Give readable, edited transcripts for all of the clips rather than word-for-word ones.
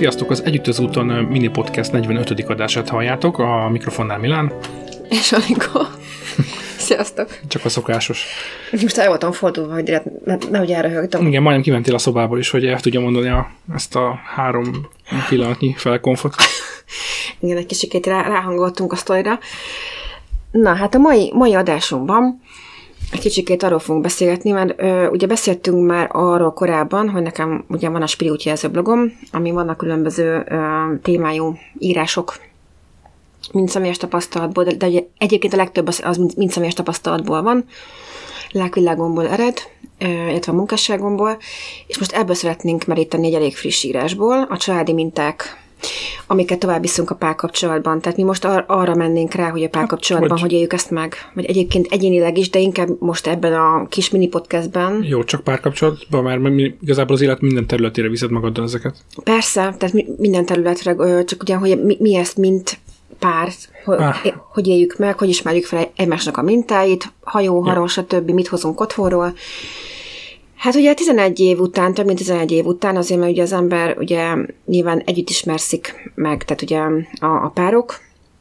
Sziasztok! Az Együtt az úton mini podcast 45. adását halljátok, a mikrofonnál Milán. És Anikó. Sziasztok! Csak a szokásos. Most el voltam fordulva, hogy nehogy elröhögtem. Igen, majdnem kimentél a szobából is, hogy el tudja mondani ezt a 3 pillanatnyi felkonfot. Igen, egy kicsikét ráhangoltunk a sztorira. Na, hát a mai adásunkban egy kicsikét arról fogunk beszélgetni, mert ugye beszéltünk már arról korábban, hogy nekem ugye van a Spiri útjelző blogom, ami vannak különböző témájú írások, mind személyes tapasztalatból, de ugye egyébként a legtöbb az mind személyes tapasztalatból van, lelkvilágomból ered, illetve a munkásságomból, és most ebből szeretnénk meríteni egy elég friss írásból, a családi minták, amiket tovább viszünk a párkapcsolatban. Tehát mi most arra mennénk rá, hogy a párkapcsolatban, hogy éljük ezt meg. Vagy egyébként egyénileg is, de inkább most ebben a kis mini podcastben. Jó, csak párkapcsolatban, mert igazából az élet minden területére viszed magaddal ezeket. Persze, tehát minden területre, csak ugye, hogy mi ezt mint pár, hogy éljük meg, hogy ismerjük fel egymásnak a mintáit, hajó, harol, stb. Mit hozunk otthonról. Hát ugye 11 év után, több mint 11 év után azért, mert ugye az ember ugye nyilván együtt ismerszik meg, tehát ugye a párok,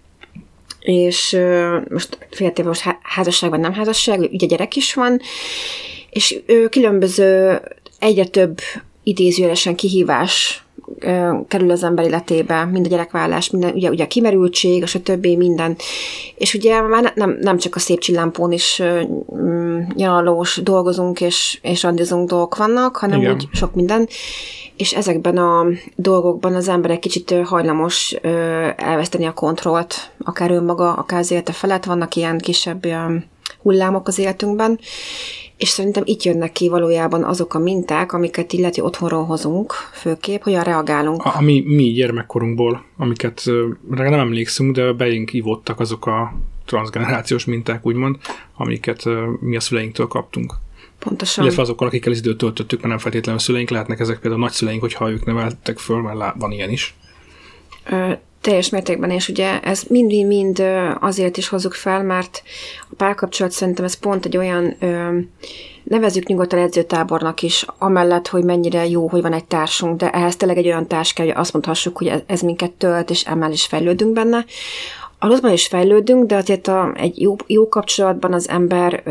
és most féltéve most házasság vagy nem házasság, ugye gyerek is van, és különböző egyre több idézőjelesen kihívás kerül az ember életébe, mind a gyerekvállás, minden, ugye a kimerültség, és a többi minden. És ugye már nem csak a szép csillámpón is nyaralós dolgozunk, és randizunk dolgok vannak, hanem igen, úgy sok minden. És ezekben a dolgokban az ember egy kicsit hajlamos elveszteni a kontrollt, akár önmaga, akár az élete felett. Vannak ilyen kisebb hullámok az életünkben, és szerintem itt jönnek ki valójában azok a minták, amiket illeti otthonról hozunk, főképp, hogyan reagálunk. A mi gyermekkorunkból, amiket nem emlékszünk, de belénk ivódtak azok a transzgenerációs minták, úgymond, amiket mi a szüleinktől kaptunk. Pontosan. Illetve azokkal, akikkel időt töltöttük, mert nem feltétlenül szüleink, lehetnek ezek például nagyszüleink, hogyha ők neveltek föl, mert van ilyen is. Teljes mértékben, és ugye ez mind azért is hozzuk fel, mert a párkapcsolat szerintem ez pont egy olyan, nevezzük nyugodtan edzőtábornak is, amellett, hogy mennyire jó, hogy van egy társunk, de ehhez tényleg egy olyan társ kell, hogy azt mondhassuk, hogy ez minket tölt, és emel is fejlődünk benne. A rosszban is fejlődünk, de azért egy jó kapcsolatban az ember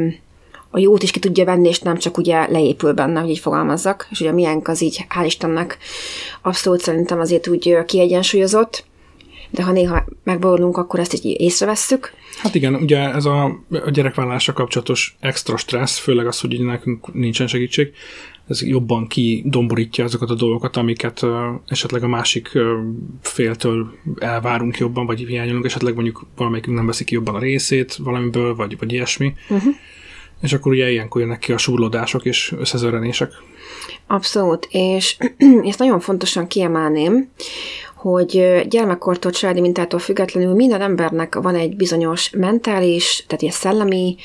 a jót is ki tudja venni, és nem csak ugye leépül benne, hogy így fogalmazzak, és ugye a miénk az így, hál' Istennek, abszolút szerintem azért úgy kiegyensúlyozott, de ha néha megborulunk, akkor ezt így észrevesszük. Hát igen, ugye ez a gyerekvállalással kapcsolatos extra stressz, főleg az, hogy nekünk nincsen segítség, ez jobban kidomborítja azokat a dolgokat, amiket esetleg a másik féltől elvárunk jobban, vagy hiányolunk, esetleg mondjuk valamelyikünk nem veszi ki jobban a részét valamiből, vagy ilyesmi. Uh-huh. És akkor ugye ilyenkor jönnek ki a súrlódások és összezörrenések. Abszolút, és ezt nagyon fontosan kiemelném, hogy gyermekkortól, családi mintától függetlenül minden embernek van egy bizonyos mentális, tehát ilyen szellemi,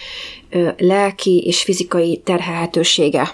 lelki és fizikai terhelhetősége,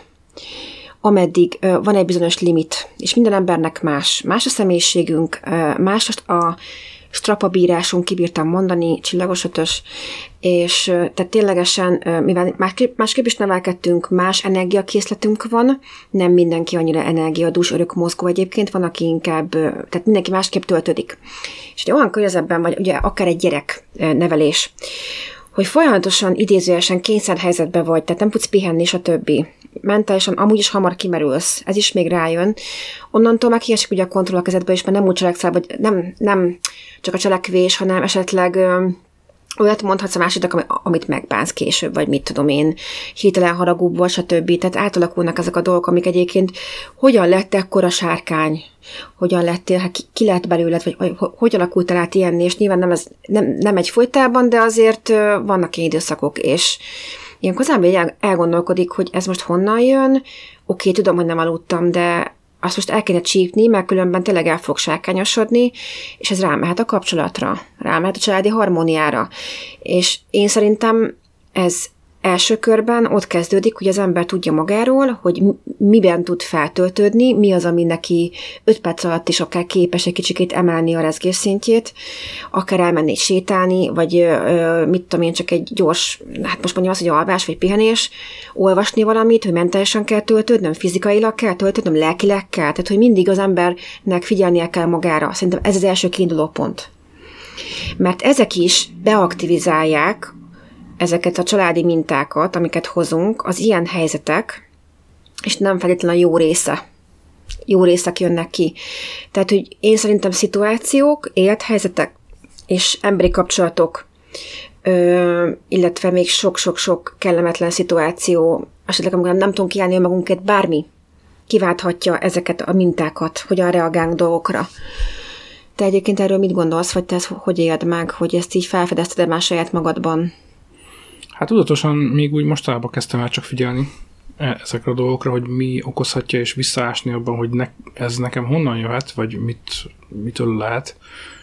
ameddig van egy bizonyos limit, és minden embernek más. Más a személyiségünk, más a strapabírásunk, kibírtam mondani, csillagos ötös, és tehát ténylegesen, mivel másképp is nevelkedtünk, más energiakészletünk van, nem mindenki annyira energiadús, örök mozgó egyébként, van, aki inkább, tehát mindenki másképp töltődik. És olyan környezetben vagy, ugye akár egy gyerek nevelés, hogy folyamatosan idézőjelesen kényszerhelyzetben vagy, tehát nem tudsz pihenni, stb. Mentálisan amúgy is hamar kimerülsz, ez is még rájön. Onnantól már kiesik ugye a kontroll a kezedbe, és már nem úgy cselekszel, vagy nem csak a cselekvés, hanem esetleg olyat mondhatsz a másiknak, amit megbánsz később, vagy mit tudom én, hirtelen haragúbb vagy, stb. Tehát átalakulnak ezek a dolgok, amik egyébként hogyan lett ekkora sárkány, hogyan lettél, ki lett belőled, vagy hogy alakultál át ilyenni, és nyilván nem egy folytában, de azért vannak ilyen időszakok, és ilyenkor az ember elgondolkodik, hogy ez most honnan jön, oké, tudom, hogy nem aludtam, de azt most el kéne csípni, mert különben tényleg el fog sárkányosodni, és ez rámehet a kapcsolatra, rámehet a családi harmóniára. És én szerintem első körben ott kezdődik, hogy az ember tudja magáról, hogy miben tud feltöltődni, mi az, ami neki 5 perc alatt is akár képes egy kicsikét emelni a rezgésszintjét, akár elmenni sétálni, vagy mit tudom én, csak egy gyors, hát most mondjam azt, hogy alvás vagy pihenés, olvasni valamit, hogy mentálisan kell töltődnöm, fizikailag kell töltődnöm, lelkileg kell, tehát hogy mindig az embernek figyelnie kell magára. Szerintem ez az első kiinduló pont. Mert ezek is beaktivizálják ezeket a családi mintákat, amiket hozunk, az ilyen helyzetek, és nem feltétlenül a jó részek jönnek ki. Tehát, hogy én szerintem szituációk, élethelyzetek és emberi kapcsolatok, illetve még sok-sok-sok kellemetlen szituáció, esetleg amikor nem tudunk kiállni magunkat, bármi kiválthatja ezeket a mintákat, hogyan reagálunk dolgokra. Te egyébként erről mit gondolsz, vagy te ezt hogy éled meg, hogy ezt így felfedezted már saját magadban? Hát tudatosan még úgy mostanában kezdtem el csak figyelni ezekre a dolgokra, hogy mi okozhatja, és visszaásni abban, hogy ez nekem honnan jöhet, vagy mitől lehet.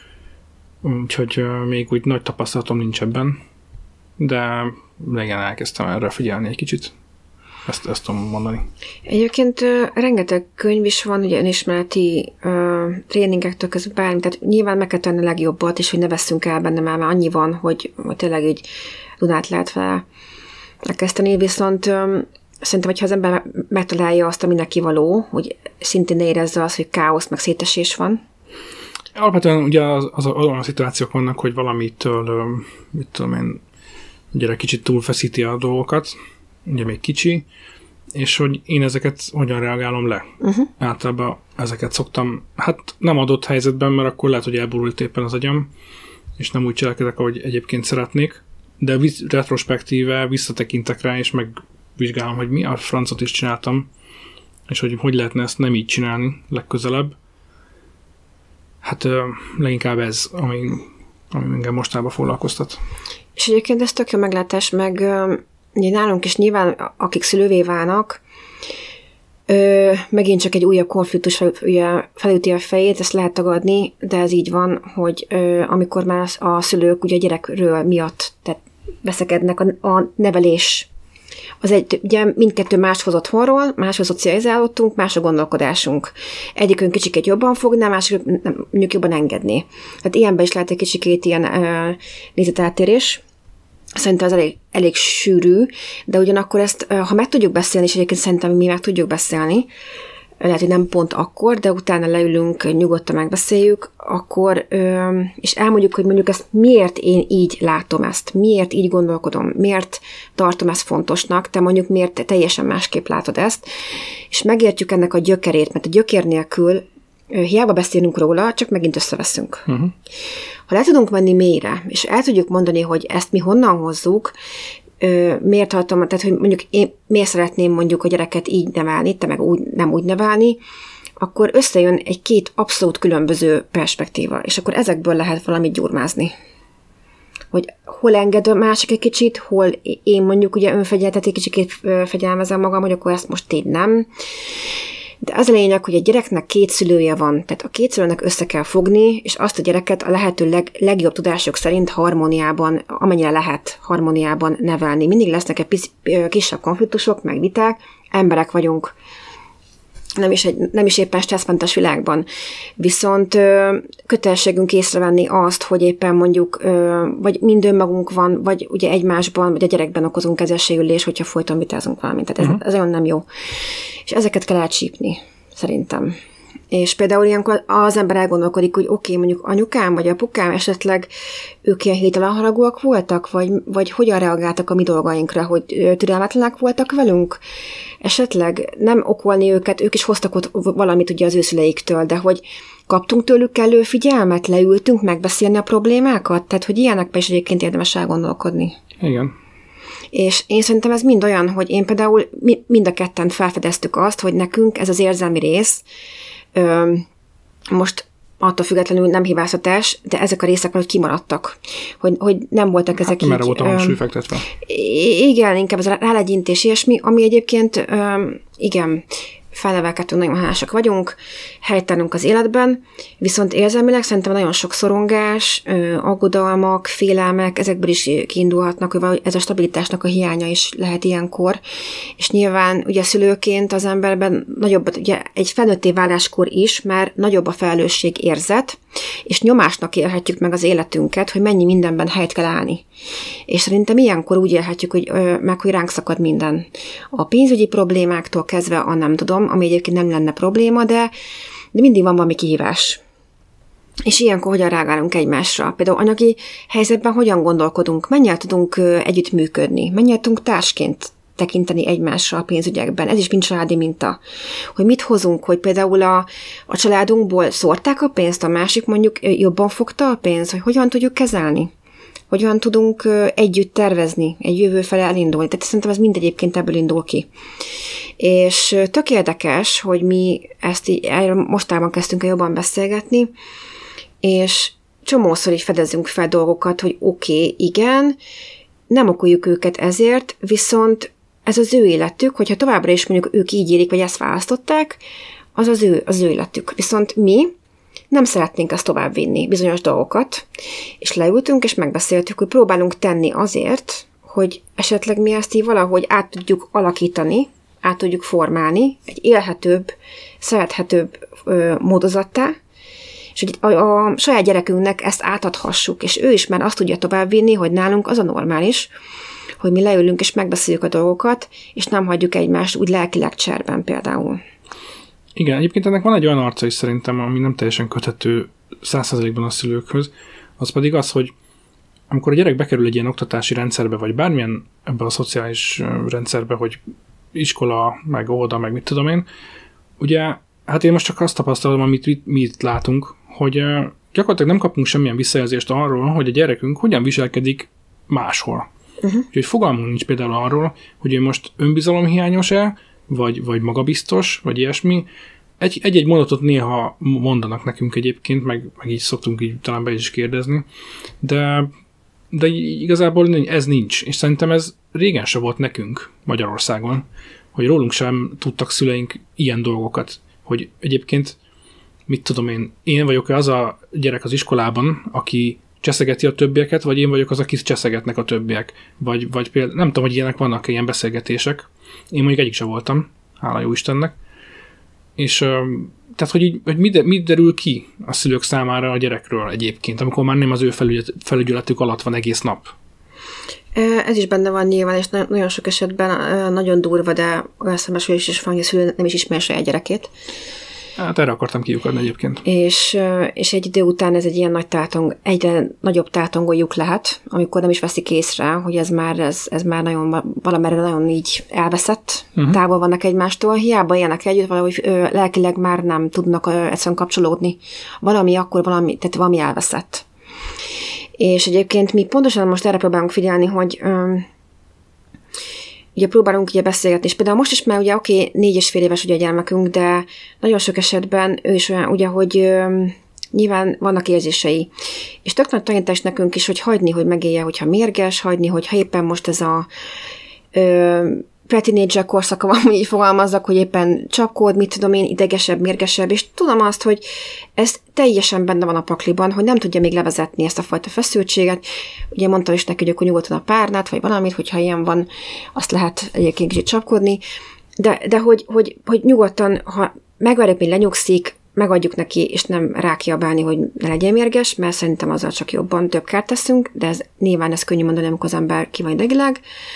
Úgyhogy még úgy nagy tapasztalatom nincs ebben, de igen, elkezdtem erre figyelni egy kicsit. Ezt tudom mondani. Egyébként rengeteg könyv is van, ugye önismereti tréningektől közben bármi, tehát nyilván meg kell tenni a legjobbat, és hogy ne veszünk el benne, mert annyi van, hogy tényleg így Dunát lehet fel elkezdeni, viszont szerintem, hogyha az ember megtalálja azt, ami neki való, hogy szintén ne érezze azt, hogy káosz, meg szétesés van. Alapvetően ugye olyan szituációk vannak, hogy valamitől, mit tudom én, ugye kicsit túlfeszíti a dolgokat, ugye még kicsi, és hogy én ezeket hogyan reagálom le. Általában ezeket szoktam, hát nem adott helyzetben, mert akkor lehet, hogy elborult éppen az agyam, és nem úgy cselekedek, ahogy egyébként szeretnék, de retrospektíve visszatekintek rá, és megvizsgálom, hogy mi a francot is csináltam, és hogy lehetne ezt nem így csinálni legközelebb. Hát leginkább ez, ami engem mostában foglalkoztat. És egyébként ez tök jó meglátás, meg ugye nálunk is nyilván, akik szülővé válnak, megint csak egy újabb konfliktus felüti a fejét, ezt lehet tagadni, de ez így van, hogy amikor már a szülők ugye a gyerekről miatt tehát veszekednek a nevelés. Ugye mindkettő más hozott otthonról, máshoz szocializálódtunk, más a gondolkodásunk. Egyikünk kicsikét jobban fogná, másik mondjuk jobban engedni. Tehát ilyenben is lehet egy kicsikét ilyen nézeteltérés. Szerintem ez elég sűrű, de ugyanakkor ezt, ha meg tudjuk beszélni, és egyébként szerintem mi meg tudjuk beszélni, lehet, hogy nem pont akkor, de utána leülünk, nyugodtan megbeszéljük, akkor, és elmondjuk, hogy mondjuk ezt miért én így látom ezt, miért így gondolkodom, miért tartom ezt fontosnak, te mondjuk miért teljesen másképp látod ezt, és megértjük ennek a gyökerét, mert a gyökér nélkül hiába beszélünk róla, csak megint összeveszünk. Ha le tudunk menni mélyre, és el tudjuk mondani, hogy ezt mi honnan hozzuk, miért tartom, tehát hogy mondjuk én miért szeretném mondjuk a gyereket így nevelni, te meg nem úgy nevelni, akkor összejön egy két abszolút különböző perspektíva, és akkor ezekből lehet valamit gyurmázni. Hogy hol enged a másik egy kicsit, hol én mondjuk ugye önfegyeltet egy kicsit fegyelmezem magam, hogy akkor ezt most így nem. De az a lényeg, hogy a gyereknek 2 szülője van, tehát a 2 szülőnek össze kell fogni, és azt a gyereket a lehető legjobb tudások szerint harmóniában, amennyire lehet harmóniában nevelni. Mindig lesznek egy kisebb konfliktusok, meg viták, emberek vagyunk, nem is éppen stresszmentes világban. Viszont kötelességünk észrevenni azt, hogy éppen mondjuk vagy mind önmagunk van, vagy ugye egymásban, vagy a gyerekben okozunk ezességülés, hogyha folyton vitázunk valamit. Tehát ez olyan nem jó. És ezeket kell elcsípni, szerintem. És például ilyenkor az ember elgondolkodik, hogy oké, mondjuk anyukám vagy apukám esetleg ők ilyen hirtelen haragúak voltak, vagy hogyan reagáltak a mi dolgainkra, hogy türelmetlenek voltak velünk. Esetleg nem okolni őket, ők is hoztak ott valamit ugye az ő szüleiktől, de hogy kaptunk tőlük kellő figyelmet, leültünk megbeszélni a problémákat, tehát hogy ilyenekben is egyébként érdemes elgondolkodni. Igen. És én szerintem ez mind olyan, hogy én például mind a ketten felfedeztük azt, hogy nekünk ez az érzelmi rész, most attól függetlenül nem hibáztatás, de ezek a részek valahogy kimaradtak. Hogy nem voltak ezek így... Merre volt a hangsúly fektetve? Igen, inkább ez a rálegyintés ilyesmi, ami egyébként, igen, felnevelkedtünk, nagyon hálásak vagyunk, helytállunk az életben, viszont érzelmileg szerintem nagyon sok szorongás, aggodalmak, félelmek, ezekből is kiindulhatnak, hogy ez a stabilitásnak a hiánya is lehet ilyenkor, és nyilván ugye szülőként az emberben nagyobb, ugye egy felnőtté váláskor is már nagyobb a felelősség érzet, és nyomásnak élhetjük meg az életünket, hogy mennyi mindenben helyt kell állni. És szerintem ilyenkor úgy élhetjük, hogy ránk szakad minden. A pénzügyi problémáktól kezdve a nem tudom, ami egyébként nem lenne probléma, de mindig van valami kihívás. És ilyenkor hogyan reagálunk egymásra? Például anyagi helyzetben hogyan gondolkodunk? Mennyire tudunk együttműködni? Mennyire tudunk társként tekinteni egymásra a pénzügyekben? Ez is mind családi minta. Hogy mit hozunk, hogy például a családunkból szórták a pénzt, a másik mondjuk jobban fogta a pénzt, hogy hogyan tudjuk kezelni? Hogyan tudunk együtt tervezni, egy jövő felé elindulni. Tehát szerintem ez mind egyébként ebből indul ki. És tök érdekes, hogy mi ezt így mostában kezdtünk el jobban beszélgetni, és csomószor így fedezzünk fel dolgokat, hogy oké, igen, nem okoljuk őket ezért, viszont ez az ő életük, hogyha továbbra is mondjuk ők így élik, vagy ezt választották, az az ő életük. Viszont mi nem szeretnénk ezt továbbvinni, bizonyos dolgokat, és leültünk, és megbeszéltük, hogy próbálunk tenni azért, hogy esetleg mi ezt így valahogy át tudjuk alakítani, át tudjuk formálni, egy élhetőbb, szerethetőbb módozattá, és hogy a saját gyerekünknek ezt átadhassuk, és ő is már azt tudja továbbvinni, hogy nálunk az a normális, hogy mi leülünk és megbeszéljük a dolgokat, és nem hagyjuk egymást úgy lelkileg cserben például. Igen, egyébként ennek van egy olyan arca is szerintem, ami nem teljesen köthető 100%-ban a szülőkhöz, az pedig az, hogy amikor a gyerek bekerül egy ilyen oktatási rendszerbe, vagy bármilyen ebben a szociális rendszerbe, hogy iskola, meg óvoda, meg mit tudom én, ugye, hát én most csak azt tapasztalom, amit mi itt látunk, hogy gyakorlatilag nem kapunk semmilyen visszajelzést arról, hogy a gyerekünk hogyan viselkedik máshol. Úgyhogy fogalmunk nincs például arról, hogy ő most önbizalomhiányos-e, vagy magabiztos, vagy ilyesmi. Egy-egy mondatot néha mondanak nekünk egyébként, meg így szoktunk így talán be is kérdezni, de igazából ez nincs, és szerintem ez régen se volt nekünk Magyarországon, hogy rólunk sem tudtak szüleink ilyen dolgokat, hogy egyébként, mit tudom én vagyok-e az a gyerek az iskolában, aki cseszegeti a többieket, vagy én vagyok az, akit cseszegetnek a többiek, vagy például, nem tudom, hogy ilyenek vannak ilyen beszélgetések, én mondjuk egyik sem voltam, hála jó Istennek, és tehát, hogy mi derül ki a szülők számára a gyerekről egyébként, amikor már nem az ő felügyeletük alatt van egész nap? Ez is benne van nyilván, és nagyon sok esetben nagyon durva, de olyan szembesülés is van, hogy a szülő nem is ismer saját gyerekét. Hát erre akartam kiukadni egyébként. És egy idő után ez egy ilyen nagy egyre nagyobb tátongó lyuk lehet, amikor nem is veszik észre, hogy ez már nagyon, valamerre nagyon így elveszett, távol vannak egymástól, hiába élnek együtt, valahogy lelkileg már nem tudnak egyszerűen kapcsolódni. Tehát valami elveszett. És egyébként mi pontosan most erre próbálunk figyelni, hogy ugye próbálunk ugye beszélgetni, és például most is már ugye 4,5 éves ugye a gyermekünk, de nagyon sok esetben ő is olyan, ugye, hogy nyilván vannak érzései. És tök nagy tanítás nekünk is, hogy hagyni, hogy megélje, hogyha mérges, hagyni, hogyha éppen most ez a pre-teenager korszaka van, hogy így fogalmazzak, hogy éppen csapkód, mit tudom én, idegesebb, mérgesebb, és tudom azt, hogy ez teljesen benne van a pakliban, hogy nem tudja még levezetni ezt a fajta feszültséget. Ugye mondtam is neki, hogy akkor nyugodtan a párnát, vagy valamit, hogyha ilyen van, azt lehet egyébként kicsit csapkodni, de hogy nyugodtan, ha megvárjuk, hogy lenyugszik, megadjuk neki, és nem rákiabálni, hogy ne legyen mérges, mert szerintem azzal csak jobban több kárt teszünk, de nyilván ez könnyű mondani, amikor az ember ki van idegileg.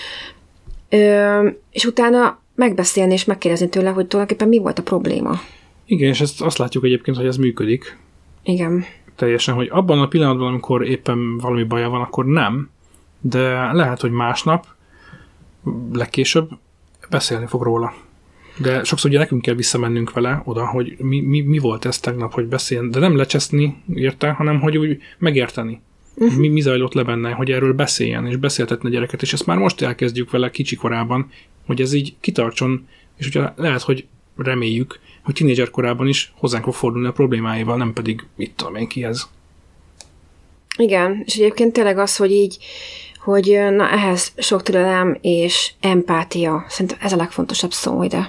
És utána megbeszélni és megkérdezni tőle, hogy tulajdonképpen mi volt a probléma. Igen, és azt látjuk egyébként, hogy ez működik. Igen. Teljesen, hogy abban a pillanatban, amikor éppen valami baja van, akkor nem, de lehet, hogy másnap, legkésőbb beszélni fog róla. De sokszor ugye nekünk kell visszamennünk vele oda, hogy mi volt ez tegnap, hogy beszéljen, de nem lecseszni érte, hanem hogy úgy megérteni. Mi zajlott le benne, hogy erről beszéljen, és beszéltetni a gyereket, és ezt már most elkezdjük vele kicsi korában, hogy ez így kitartson, és ugye lehet, hogy reméljük, hogy tínédzser korában is hozzánk fog fordulni a problémáival, nem pedig mit tudom én ki ez. Igen, és egyébként tényleg az, hogy így, hogy na ehhez sok türelem és empátia, szerintem ez a legfontosabb szó ide.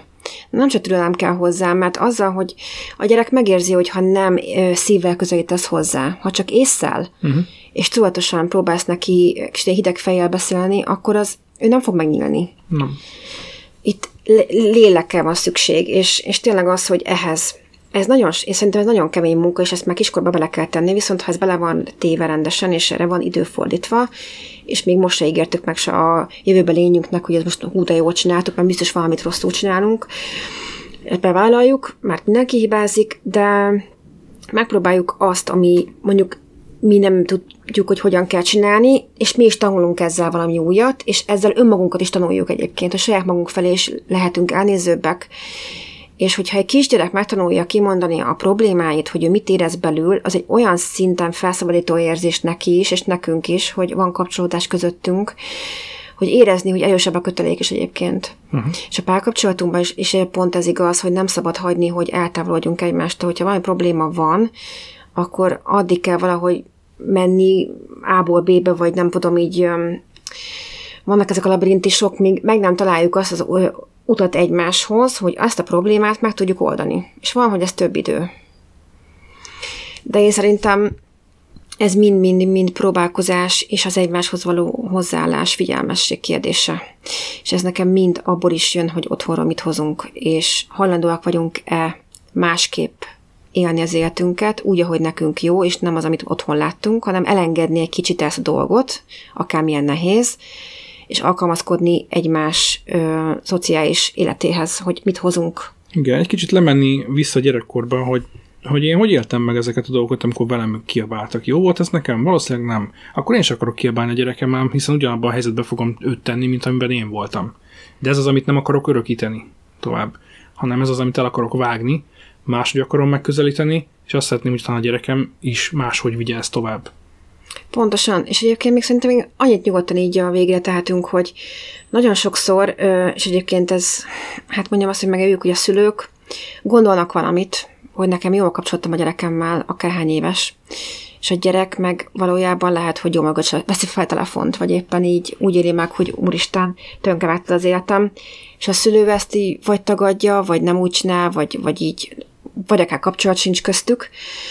Nem csak türelem kell hozzá, mert azzal, hogy a gyerek megérzi, hogy ha nem szívvel közelítesz hozzá, ha csak ésszel, és tudatosan próbálsz neki hideg fejjel beszélni, akkor ő nem fog megnyílni. Nem. Itt lélekkel van szükség, és tényleg az, hogy én szerintem ez nagyon kemény munka, és ezt már kiskorba bele kell tenni, viszont ha ez bele van téve rendesen, és erre van idő fordítva, és még most se ígértük meg se a jövőben lényünknek, hogy ez most de jól csináltuk, mert biztos valamit rosszul csinálunk. Ezt bevállaljuk, mert mindenki hibázik, de megpróbáljuk azt, ami mondjuk mi nem tudjuk, hogy hogyan kell csinálni, és mi is tanulunk ezzel valami újat, és ezzel önmagunkat is tanuljuk egyébként, hogy saját magunk felé is lehetünk elnézőbbek. És hogyha egy kisgyerek megtanulja kimondani a problémáit, hogy ő mit érez belül, az egy olyan szinten felszabadító érzés neki is, és nekünk is, hogy van kapcsolódás közöttünk, hogy érezni, hogy erősebb a kötelék is egyébként. És a párkapcsolatunkban is pont ez igaz, hogy nem szabad hagyni, hogy eltávolodjunk egymástól. Hogyha valami probléma van, akkor addig kell valahogy menni A-ból B-be, vagy nem tudom, így vannak ezek a labirintusok, míg meg nem találjuk azt az utat egymáshoz, hogy azt a problémát meg tudjuk oldani. És van, hogy ez több idő. De én szerintem ez mind próbálkozás, és az egymáshoz való hozzáállás, figyelmesség kérdése. És ez nekem mind abból is jön, hogy otthonról mit hozunk, és hajlandóak vagyunk-e másképp élni az életünket, úgy, ahogy nekünk jó, és nem az, amit otthon láttunk, hanem elengedni egy kicsit ezt a dolgot, akármilyen nehéz, és alkalmazkodni egymás szociális életéhez, hogy mit hozunk. Igen, egy kicsit lemenni vissza gyerekkorba, hogy én hogy éltem meg ezeket a dolgokat, amikor velem kiabáltak. Jó volt ez nekem? Valószínűleg nem. Akkor én is akarok kiabálni a gyerekemmel, hiszen ugyanabban a helyzetben fogom őt tenni, mint amiben én voltam. De ez az, amit nem akarok örökíteni tovább, hanem ez az, amit el akarok vágni, máshogy akarom megközelíteni, és azt szeretném, hogy talán a gyerekem is máshogy vigye ezt tovább. Pontosan, és egyébként még szerintem még annyit nyugodtan így a végre tehetünk, hogy nagyon sokszor, és egyébként ez, hát mondjam azt, hogy megeljük, hogy a szülők gondolnak valamit, hogy nekem jól kapcsoltam a gyerekemmel, akárhány éves, és a gyerek meg valójában lehet, hogy gyomorgott veszi fel a telefont, vagy éppen így úgy éli meg, hogy úristen, tönkrevágtad az életem, és a szülő ezt így vagy tagadja, vagy nem úgy csinál, vagy így, vagy akár kapcsolat sincs köztük,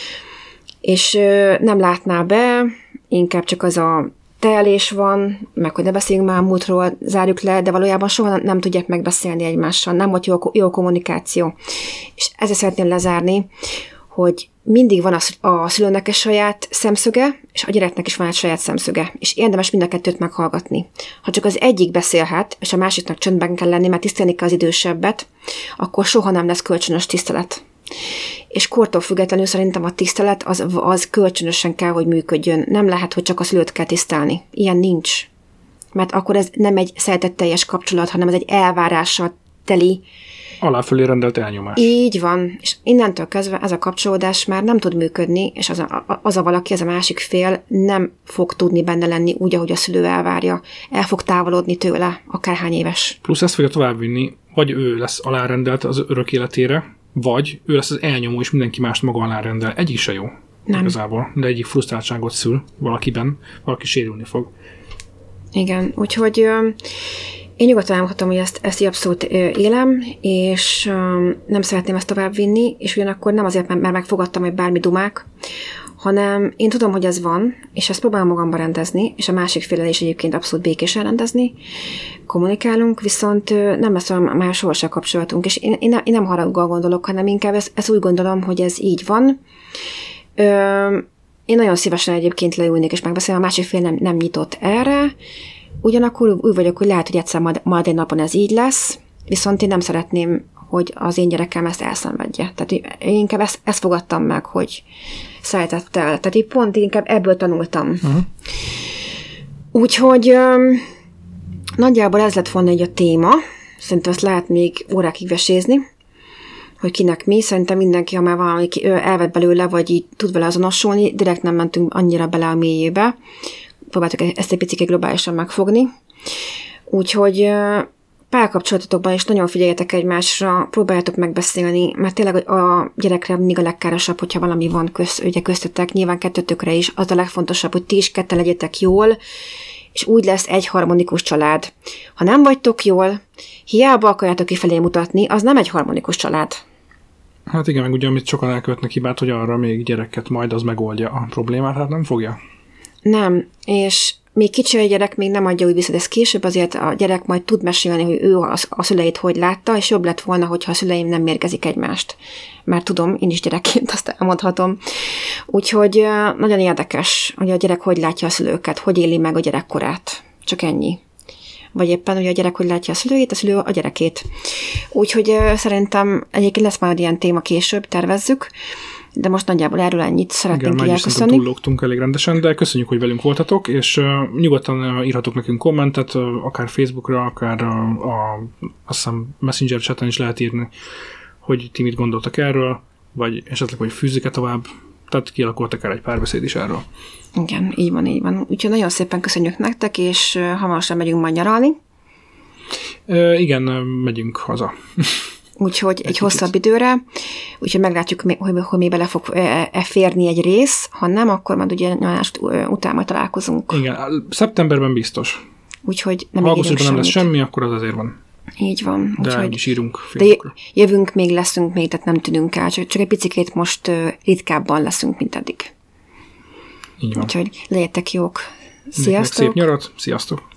és nem látná be, inkább csak az a teelés van, meg hogy ne beszéljünk már a múltról, zárjuk le, de valójában soha nem tudják megbeszélni egymással, nem volt jó kommunikáció. És ezzel szeretném lezárni, hogy mindig van a szülőnek egy saját szemszöge, és a gyereknek is van egy saját szemszöge, és érdemes mind a kettőt meghallgatni. Ha csak az egyik beszélhet, és a másiknak csöndben kell lenni, mert tisztelni kell az idősebbet, akkor soha nem lesz kölcsönös tisztelet. És kortól függetlenül szerintem a tisztelet az kölcsönösen kell, hogy működjön. Nem lehet, hogy csak a szülőt kell tisztelni. Ilyen nincs. Mert akkor ez nem egy szeretetteljes kapcsolat, hanem ez egy elvárással teli. Aláfölé rendelt elnyomás. Így van. És innentől kezdve ez a kapcsolódás már nem tud működni, és az a valaki, ez a másik fél nem fog tudni benne lenni úgy, ahogy a szülő elvárja. El fog távolodni tőle, akárhány éves. Plusz ezt fogja továbbvinni, vagy ő lesz alárendelt az örök életére, vagy ő lesz az elnyomó, és mindenki mást maga alá rendel. Egyik se jó. Nem. Igazából. De egyik frusztráltságot szül valakiben, valaki sérülni fog. Igen, úgyhogy én nyugodtan elmondhatom, hogy ezt abszolút élem, és nem szeretném ezt továbbvinni, és ugyanakkor nem azért, mert megfogadtam, hogy bármi dumák, hanem én tudom, hogy ez van, és ezt próbálom magamba rendezni, és a másik féllel is egyébként abszolút békésen rendezni. Kommunikálunk, viszont nem lesz már sohasem kapcsolatunk, és én nem haraggal gondolok, hanem inkább ezt úgy gondolom, hogy ez így van. Én nagyon szívesen egyébként leülnék és megbeszélni, a másik fél nem nyitott erre, ugyanakkor úgy vagyok, hogy lehet, hogy egyszer majd egy napon ez így lesz, viszont én nem szeretném, hogy az én gyerekem ezt elszenvedje. Tehát én inkább ezt fogadtam meg, hogy szeretettel. Tehát így pont inkább ebből tanultam. Uh-huh. Úgyhogy nagyjából ez lett volna egy a téma. Szerintem ezt lehet még órákig vesézni, hogy kinek mi. Szerintem mindenki, ha már valami elvett belőle, vagy így tud vele azonosulni, direkt nem mentünk annyira bele a mélyébe. Próbáltuk ezt egy picit globálisan megfogni. Úgyhogy párkapcsolatokban is nagyon figyeljetek egymásra, próbáljátok megbeszélni, mert tényleg a gyerekre mindig a legkárosabb, hogyha valami van köztetek, nyilván kettőtökre is, az a legfontosabb, hogy ti is ketten legyetek jól, és úgy lesz egy harmonikus család. Ha nem vagytok jól, hiába akarjátok kifelé mutatni, az nem egy harmonikus család. Hát igen, meg ugye, amit sokan elkövetnek hibát, hogy arra még gyereket majd az megoldja a problémát, hát nem fogja. Nem, és még kicsi a gyerek, még nem adja úgy vissza, de ez később azért a gyerek majd tud mesélni, hogy ő a szüleit hogy látta, és jobb lett volna, hogyha a szüleim nem mérgezik egymást. Mert tudom, én is gyerekként azt elmondhatom. Úgyhogy nagyon érdekes, hogy a gyerek hogy látja a szülőket, hogy éli meg a gyerekkorát. Csak ennyi. Vagy éppen, hogy a gyerek hogy látja a szülőjét, a szülő a gyerekét. Úgyhogy szerintem egyébként lesz majd ilyen téma később, tervezzük, de most nagyjából erről ennyit szeretnénk így elköszönni. Igen, túllógtunk elég rendesen, de köszönjük, hogy velünk voltatok, és nyugodtan írhatok nekünk kommentet, akár Facebookra, akár azt hiszem Messenger chaten is lehet írni, hogy ti mit gondoltak erről, vagy esetleg, hogy fűzik-e tovább, tehát kialakult akár egy párbeszéd is erről. Igen, így van, így van. Úgyhogy nagyon szépen köszönjük nektek, és hamarosan megyünk majd nyaralni. Igen, megyünk haza. Úgyhogy egy hosszabb időre, úgyhogy meglátjuk, hogy még bele fog férni egy rész, ha nem, akkor majd ugye nyaralás után majd találkozunk. Igen, szeptemberben biztos. Úgyhogy nem ha augusztusban nem lesz semmi, akkor az azért van. Így van. De úgyhogy, is írunk Facebookra. De jövünk még, leszünk még, tehát nem tűnünk el, csak egy picikét most ritkábban leszünk, mint eddig. Így van. Úgyhogy legyetek jók. Sziasztok! Szép nyarat, sziasztok!